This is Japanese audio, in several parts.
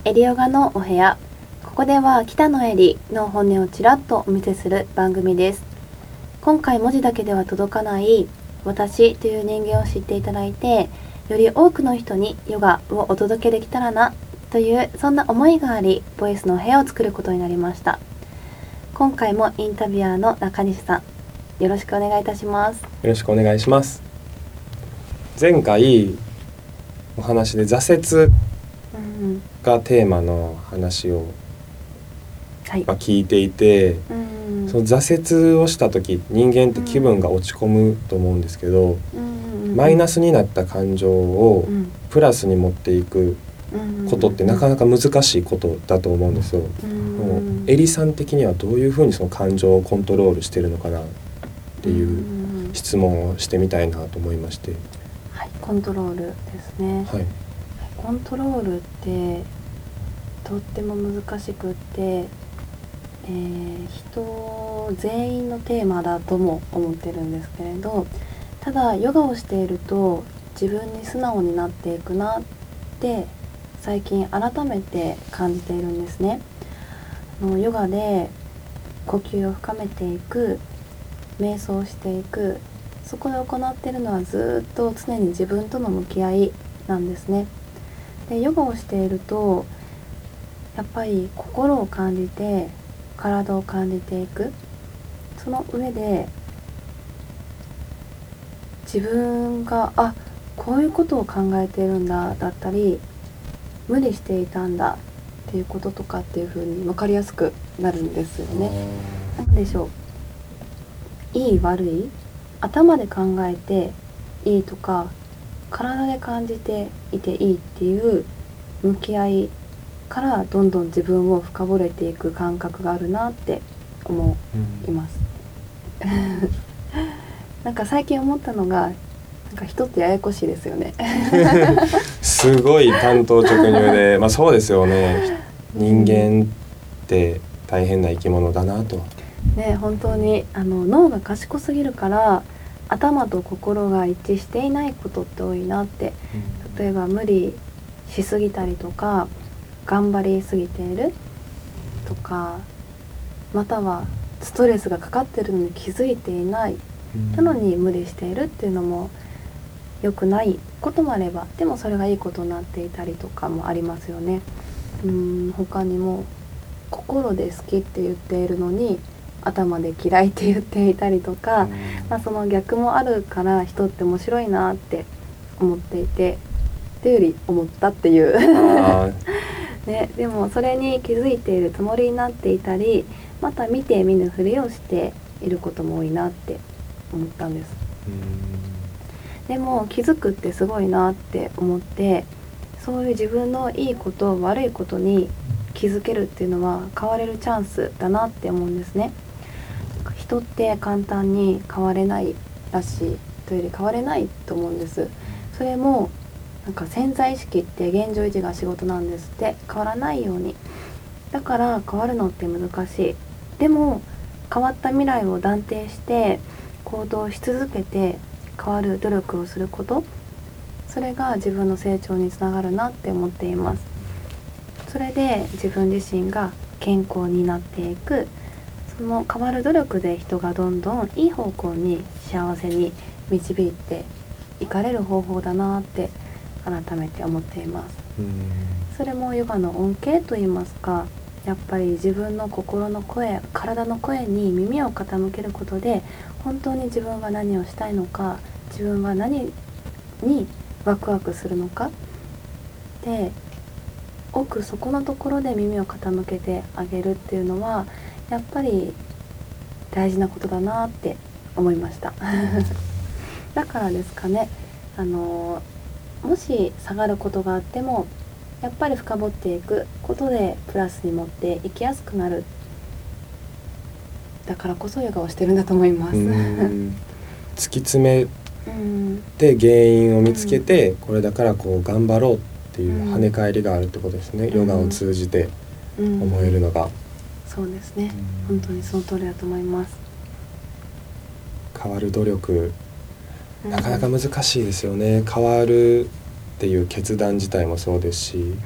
エリヨガのお部屋。ここでは北野エリの本音をちらっとお見せする番組です。今回文字だけでは届かない私という人間を知っていただいて、より多くの人にヨガをお届けできたらなというそんな思いがあり、ボイスのお部屋を作ることになりました。今回もインタビュアーの中西さん、よろしくお願いいたします。 よろしくお願いします。前回お話で挫折がテーマの話を、聞いていて、その挫折をした時人間って気分が落ち込むと思うんですけど、マイナスになった感情をプラスに持っていくことってなかなか難しいことだと思うんですよ。もうエリさん的にはどういうふうにその感情をコントロールしてるのかなっていう質問をしてみたいなと思いまして。 はい、コントロールですね。 はい、 コントロールってとっても難しくって、人全員のテーマだとも思ってるんですけれど、ただヨガをしていると自分に素直になっていくなって最近改めて感じているんですね。ヨガで呼吸を深めていく、瞑想をしていく、そこで行っているのはずっと常に自分との向き合いなんですね。でヨガをしているとやっぱり心を感じて体を感じていく、その上で自分がこういうことを考えているんだだったり、無理していたんだっていうこととかっていう風に分かりやすくなるんですよね。なんでしょう、いい悪い、頭で考えていいとか体で感じていていいっていう向き合いからどんどん自分を深掘れていく感覚があるなって思います、なんか最近思ったのが、なんか人ってややこしいですよねすごい単刀直入でそうですよね。人間って大変な生き物だなとね、本当に脳が賢すぎるから頭と心が一致していないことって多いなって。例えば無理しすぎたりとか頑張りすぎているとか、またはストレスがかかってるのに気づいていない、なのに無理しているっていうのも良くないこともあれば、でもそれがいいことになっていたりとかもありますよね。他にも心で好きって言っているのに頭で嫌いって言っていたりとか、その逆もあるから人って面白いなって思っていて、っていうより思ったっていうね、でもそれに気づいているつもりになっていたり、また見て見ぬふりをしていることも多いなって思ったんです。でも気づくってすごいなって思って、そういう自分のいいこと悪いことに気づけるっていうのは変われるチャンスだなって思うんですね。人って簡単に変われないらしいというより変われないと思うんです。それもなんか潜在意識って現状維持が仕事なんですって。変わらないように。だから変わるのって難しい。でも変わった未来を断定して行動し続けて変わる努力をすること、それが自分の成長につながるなって思っています。それで自分自身が健康になっていく、その変わる努力で人がどんどんいい方向に幸せに導いていかれる方法だなって改めて思っています。それもヨガの恩恵といいますか、やっぱり自分の心の声、体の声に耳を傾けることで、本当に自分が何をしたいのか、自分は何にワクワクするのかで、奥底のところで耳を傾けてあげるっていうのはやっぱり大事なことだなって思いましただからですかね、もし下がることがあってもやっぱり深掘っていくことでプラスに持っていきやすくなる。だからこそヨガをしてるんだと思います突き詰めて原因を見つけて、これだからこう頑張ろうっていう跳ね返りがあるってことですね。ヨガを通じて思えるのが、 そうですね、本当にその通りだと思います。 変わる努力なかなか難しいですよね。変わるっっていう決断自体もそうですし、 うん、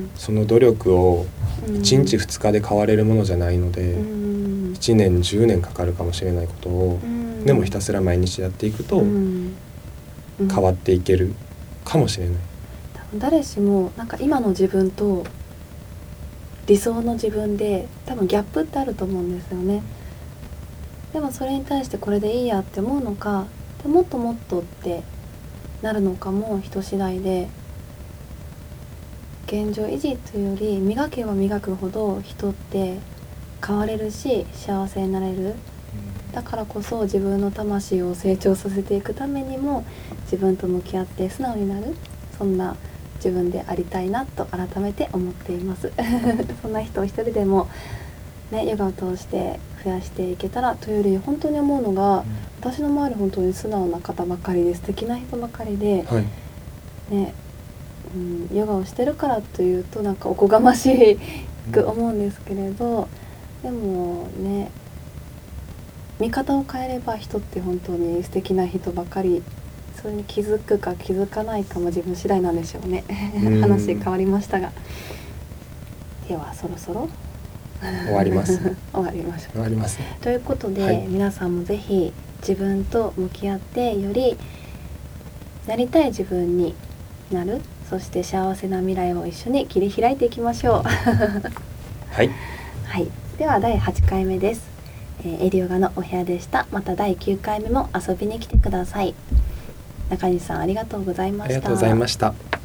その努力を1日2日で変われるものじゃないので、1年10年かかるかもしれないことを、でもひたすら毎日やっていくと変わっていけるかもしれない。 多分誰しもなんか今の自分と理想の自分で多分ギャップってあると思うんですよね。でもそれに対してこれでいいやって思うのか、でもっともっとってなるのかも人次第で、現状維持というより磨けば磨くほど人って変われるし幸せになれる。だからこそ自分の魂を成長させていくためにも自分と向き合って素直になる、そんな自分でありたいなと改めて思っていますそんな人を一人でも、ね、ヨガを通して増やしていけたらというより、本当に思うのが、私の周り本当に素直な方ばかりで素敵な人ばかりで、 はいね、ヨガをしてるからというとなんかおこがましく思うんですけれど、でもね、見方を変えれば人って本当に素敵な人ばかり、それに気づくか気づかないかも自分次第なんでしょうね話変わりましたが、ではそろそろ終わります終わりましょう。 終わりますね。 ということで、 はい、 皆さんもぜひ自分と向き合ってよりなりたい自分になる、そして幸せな未来を一緒に切り開いていきましょうはい、 はい、では第8回目です。エリヨガのお部屋でした。また第9回目も遊びに来てください。中西さんありがとうございました。 ありがとうございました。